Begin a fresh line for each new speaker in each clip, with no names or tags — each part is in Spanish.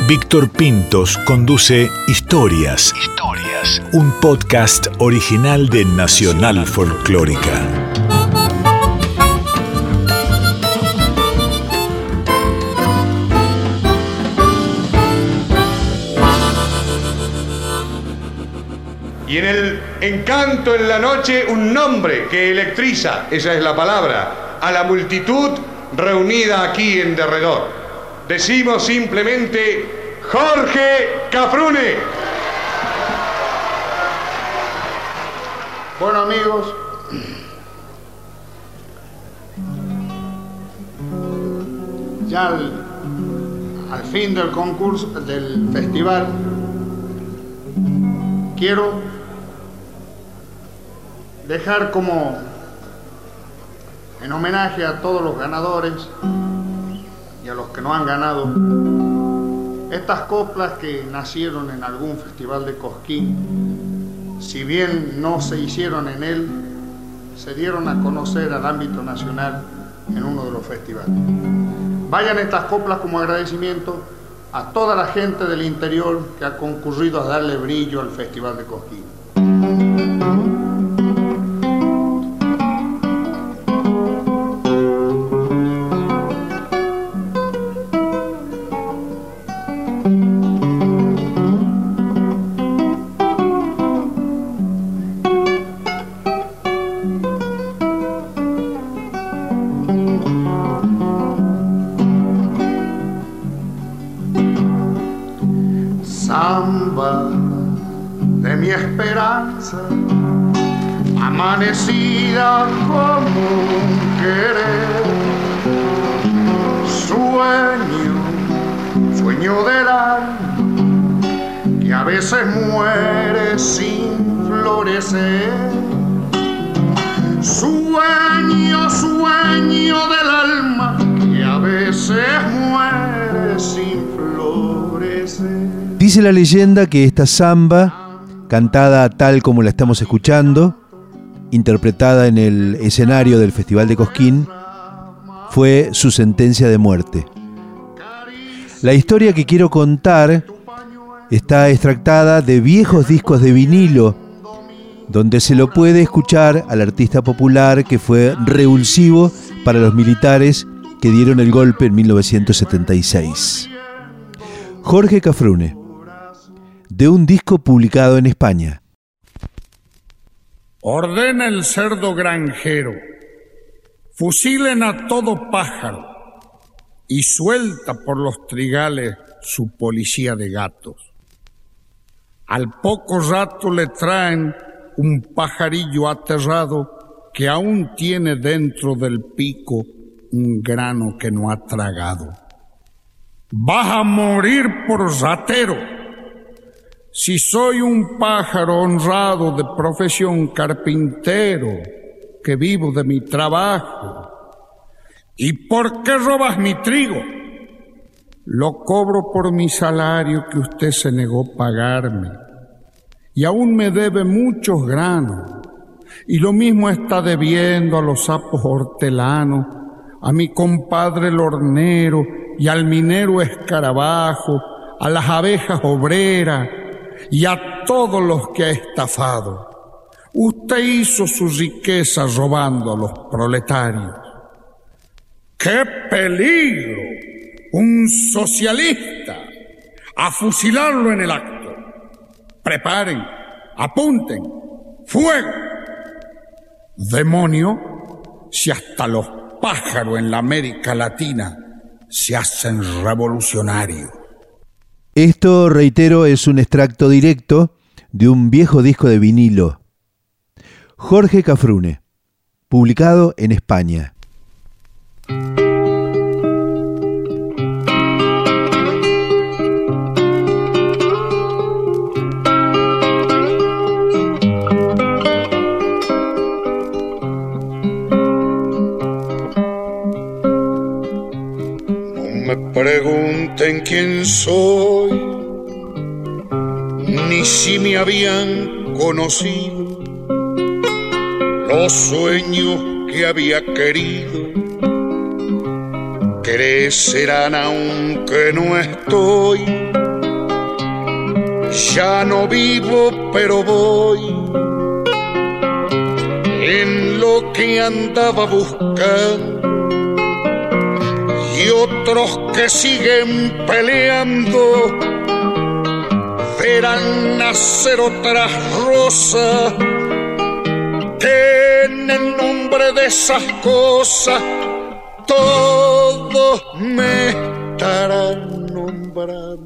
Víctor Pintos conduce Historias, un podcast original de Nacional Folclórica.
Y en el encanto en la noche, un nombre que electriza, esa es la palabra, a la multitud reunida aquí en derredor. Decimos simplemente Jorge Cafrune.
Bueno, amigos, ya al fin del concurso, del festival, quiero dejar como en homenaje a todos los ganadores y a los que no han ganado estas coplas que nacieron en algún festival de Cosquín. Si bien no se hicieron en él, se dieron a conocer al ámbito nacional en uno de los festivales. Vayan estas coplas como agradecimiento a toda la gente del interior que ha concurrido a darle brillo al Festival de Cosquín. Samba de mi esperanza, amanecida como un querer, sueño del alma que a veces muere sin florecer, sueño del alma que a veces muere sin florecer.
Dice la leyenda que esta samba, cantada tal como la estamos escuchando, interpretada en el escenario del Festival de Cosquín, fue su sentencia de muerte. La historia que quiero contar está extractada de viejos discos de vinilo, donde se lo puede escuchar al artista popular que fue revulsivo para los militares que dieron el golpe en 1976. Jorge Cafrune, de un disco publicado en España.
Ordena el cerdo granjero, fusilen a todo pájaro y suelta por los trigales su policía de gatos. Al poco rato le traen un pajarillo aterrado que aún tiene dentro del pico un grano que no ha tragado. Vas a morir por ratero. Si soy un pájaro honrado de profesión carpintero, que vivo de mi trabajo. ¿Y por qué robas mi trigo? Lo cobro por mi salario que usted se negó a pagarme. Y aún me debe muchos granos. Y lo mismo está debiendo a los sapos hortelanos, a mi compadre el hornero y al minero escarabajo, a las abejas obreras y a todos los que ha estafado. Usted hizo su riqueza robando a los proletarios. ¡Qué peligro! Un socialista, a fusilarlo en el acto. Preparen, apunten, fuego. Demonio, si hasta los pájaros en la América Latina se hacen revolucionarios.
Esto, reitero, es un extracto directo de un viejo disco de vinilo. Jorge Cafrune, publicado en España.
Me pregunten quién soy, ni si me habían conocido, los sueños que había querido crecerán aunque no estoy. Ya no vivo, pero voy en lo que andaba buscando, y otros que siguen peleando verán nacer otras rosas que en el nombre de esas cosas todos me estarán nombrando.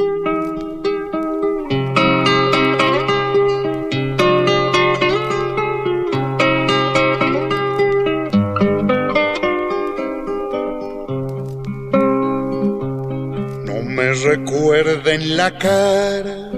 No me recuerden la cara,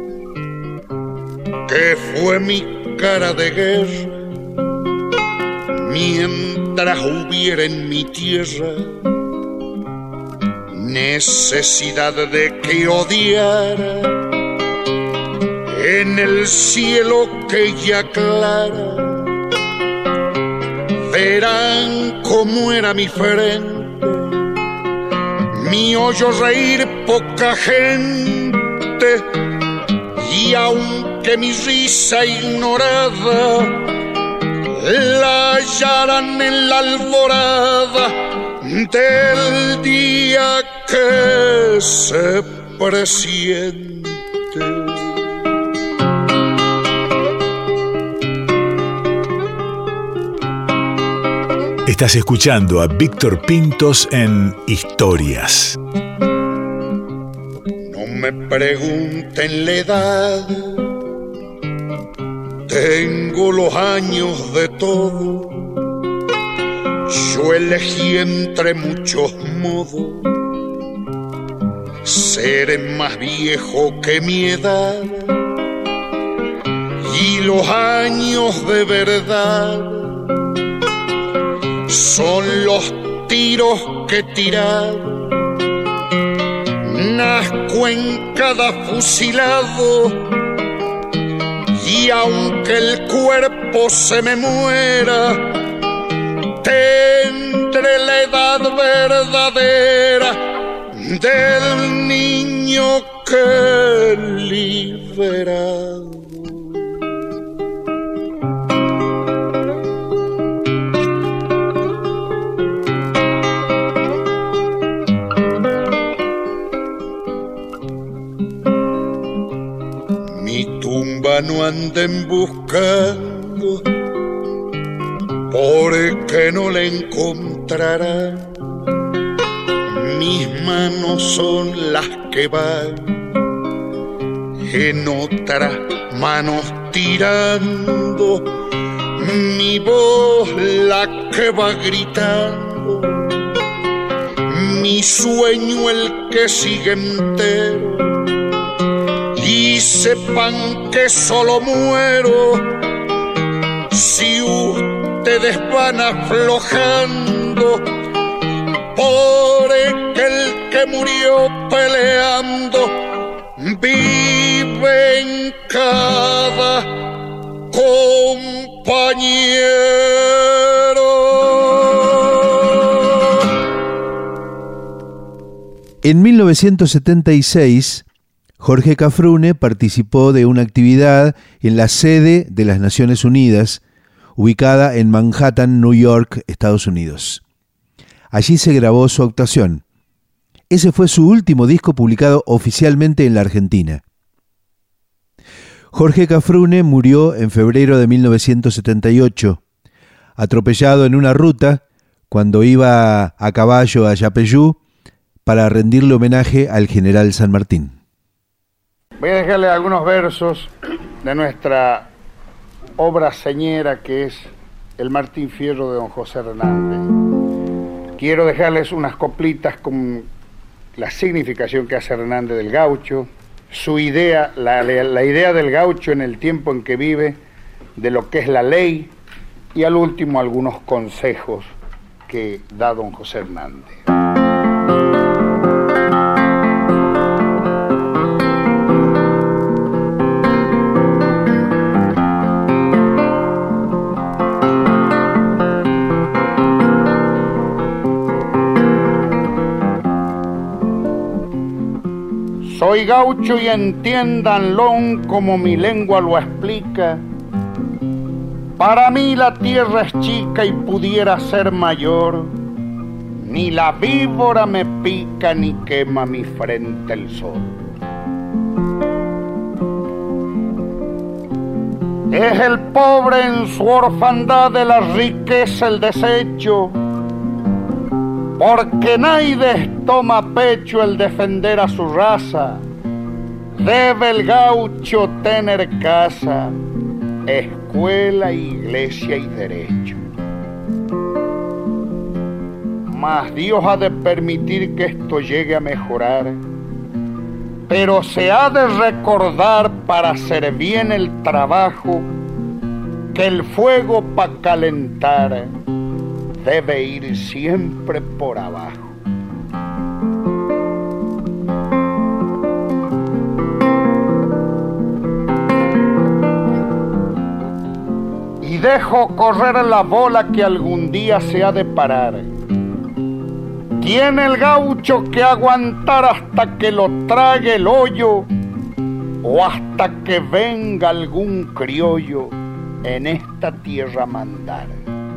que fue mi cara de guerra, mientras hubiera en mi tierra necesidad de que odiara. En el cielo que ya aclara verán cómo era mi frente, mi oyó reír poca gente, y aunque mi risa ignorada la hallarán en la alborada del día que se presiente.
Estás escuchando a Víctor Pintos en Historias.
No me pregunten la edad, tengo los años de todo. Yo elegí entre muchos modos ser más viejo que mi edad, y los años de verdad son los tiros que tirar. Nazco en cada fusilado, y aunque el cuerpo se me muera, tendré la edad verdadera del niño que he liberado. Mi tumba no anden buscando, porque no la encontrarán. Mis manos son las que van, en otras manos tirando. Mi voz la que va gritando, mi sueño el que sigue entero. Y sepan que solo muero si ustedes van aflojando, porque el que murió peleando vive en cada compañero.
En 1976, Jorge Cafrune participó de una actividad en la sede de las Naciones Unidas, ubicada en Manhattan, New York, Estados Unidos. Allí se grabó su actuación. Ese fue su último disco publicado oficialmente en la Argentina. Jorge Cafrune murió en febrero de 1978, atropellado en una ruta cuando iba a caballo a Yapeyú para rendirle homenaje al general San Martín.
Voy a dejarle algunos versos de nuestra obra señera, que es el Martín Fierro de don José Hernández. Quiero dejarles unas coplitas con la significación que hace Hernández del gaucho, su idea, la idea del gaucho en el tiempo en que vive, de lo que es la ley, y al último algunos consejos que da don José Hernández. Soy gaucho y entiéndanlo como mi lengua lo explica. Para mí la tierra es chica y pudiera ser mayor. Ni la víbora me pica ni quema mi frente el sol. Es el pobre en su orfandad de la riqueza el desecho, porque nadie toma pecho el defender a su raza. Debe el gaucho tener casa, escuela, iglesia y derecho. Mas Dios ha de permitir que esto llegue a mejorar, pero se ha de recordar para hacer bien el trabajo que el fuego para calentar debe ir siempre por abajo. Y dejo correr la bola que algún día se ha de parar. Tiene el gaucho que aguantar hasta que lo trague el hoyo o hasta que venga algún criollo en esta tierra a mandar.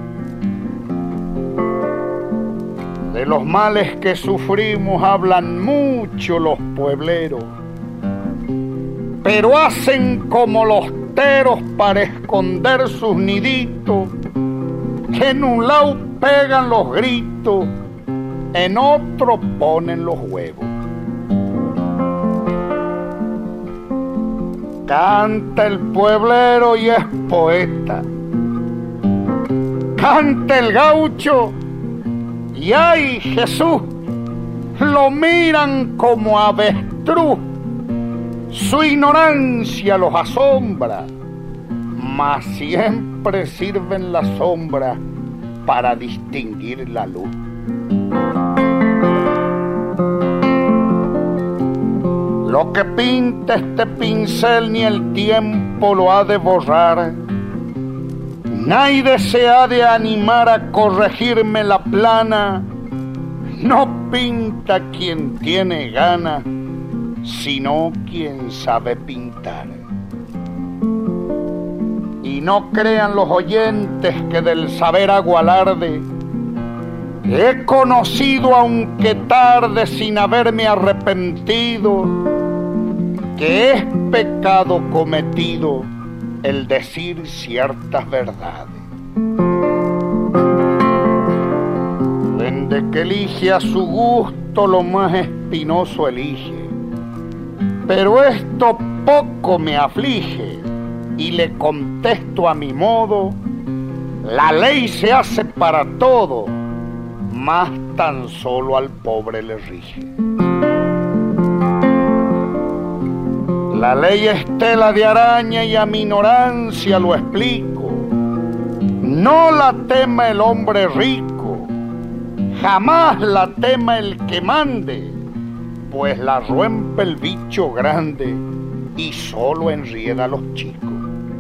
De los males que sufrimos hablan mucho los puebleros, pero hacen como los teros para esconder sus niditos, que en un lado pegan los gritos, en otro ponen los huevos. Canta el pueblero y es poeta, canta el gaucho y ¡ay, Jesús! Lo miran como avestruz. Su ignorancia los asombra, mas siempre sirven la sombra para distinguir la luz. Lo que pinta este pincel ni el tiempo lo ha de borrar. Nadie se ha de animar a corregirme la plana. No pinta quien tiene gana, sino quien sabe pintar. Y no crean los oyentes que del saber hago alarde. He conocido, aunque tarde, sin haberme arrepentido, que es pecado cometido el decir ciertas verdades. Vende que elige a su gusto lo más espinoso elige, pero esto poco me aflige y le contesto a mi modo: la ley se hace para todo, mas tan solo al pobre le rige. La ley es tela de araña y a mi ignorancia lo explico. No la tema el hombre rico, jamás la tema el que mande, pues la rompe el bicho grande y solo enrieda a los chicos.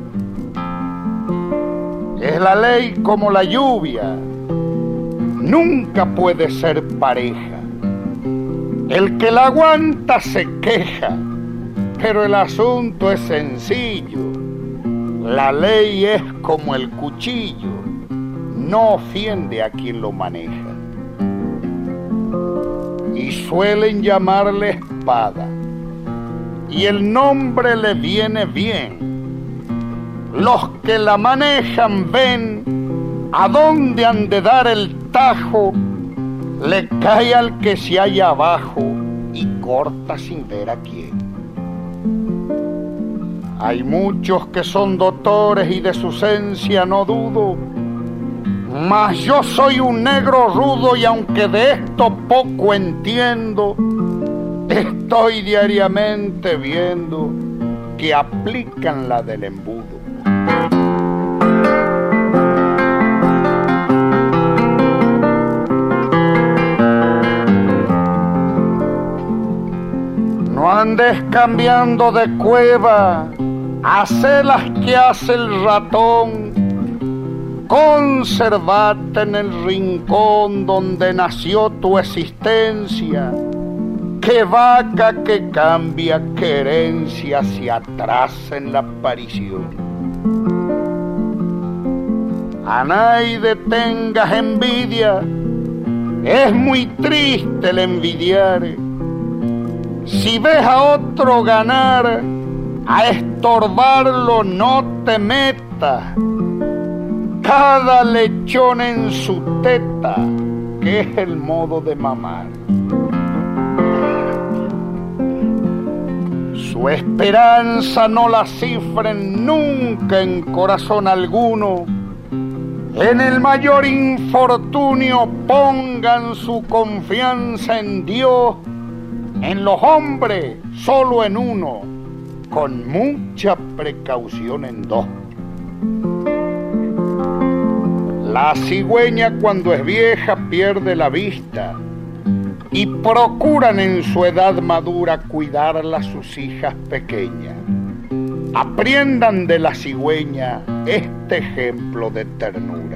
Es la ley como la lluvia, nunca puede ser pareja. El que la aguanta se queja, pero el asunto es sencillo. La ley es como el cuchillo, no ofende a quien lo maneja. Y suelen llamarle espada, y el nombre le viene bien. Los que la manejan ven a dónde han de dar el tajo, le cae al que se halla abajo y corta sin ver a quién. Hay muchos que son doctores y de su esencia no dudo, mas yo soy un negro rudo y aunque de esto poco entiendo, estoy diariamente viendo que aplican la del embudo. No andes cambiando de cueva, hace las que hace el ratón. Conservate en el rincón donde nació tu existencia, que
que vaca que cambia querencia hacia atrás en la aparición. A nadie tengas envidia, es muy triste el envidiar. Si ves a otro ganar, a estorbarlo no te metas. Cada lechón en su teta, que es el modo de mamar. Su esperanza no la cifren nunca en corazón alguno. En el mayor infortunio pongan su confianza en Dios, en los hombres solo en uno, con mucha precaución en dos. La cigüeña cuando es vieja pierde la vista y procuran en su edad madura cuidarla sus hijas pequeñas. Aprendan de la cigüeña este ejemplo de ternura.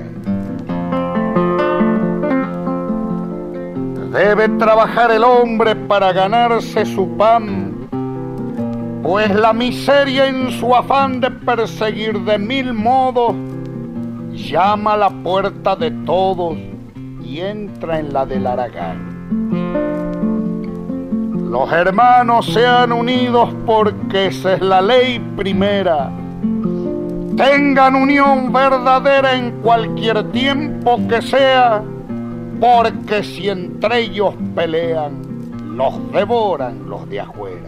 Debe trabajar el hombre para ganarse su pan, pues la miseria en su afán de perseguir de mil modos llama a la puerta de todos y entra en la del haragán. Los hermanos sean unidos porque esa es la ley primera. Tengan unión verdadera en cualquier tiempo que sea, porque si entre ellos pelean, los devoran los de afuera.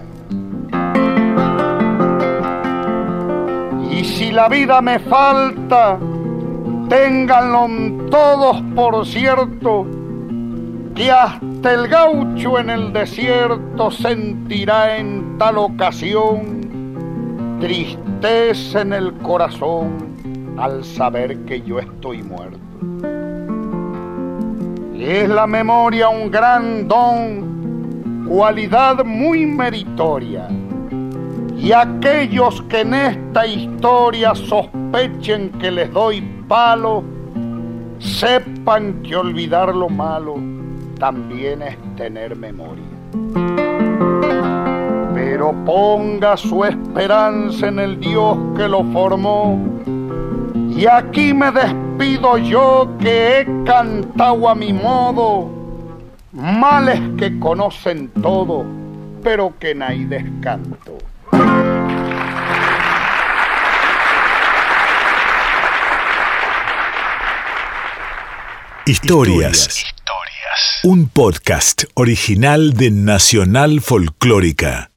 Y si la vida me falta, ténganlo todos por cierto, que hasta el gaucho en el desierto sentirá en tal ocasión tristeza en el corazón al saber que yo estoy muerto. Es la memoria un gran don, cualidad muy meritoria, y aquellos que en esta historia sospechen que les doy palo, sepan que olvidar lo malo también es tener memoria. Pero ponga su esperanza en el Dios que lo formó, y aquí me despido yo que he cantado a mi modo, males que conocen todo, pero que nadie canto.
Historias. Un podcast original de Nacional Folclórica.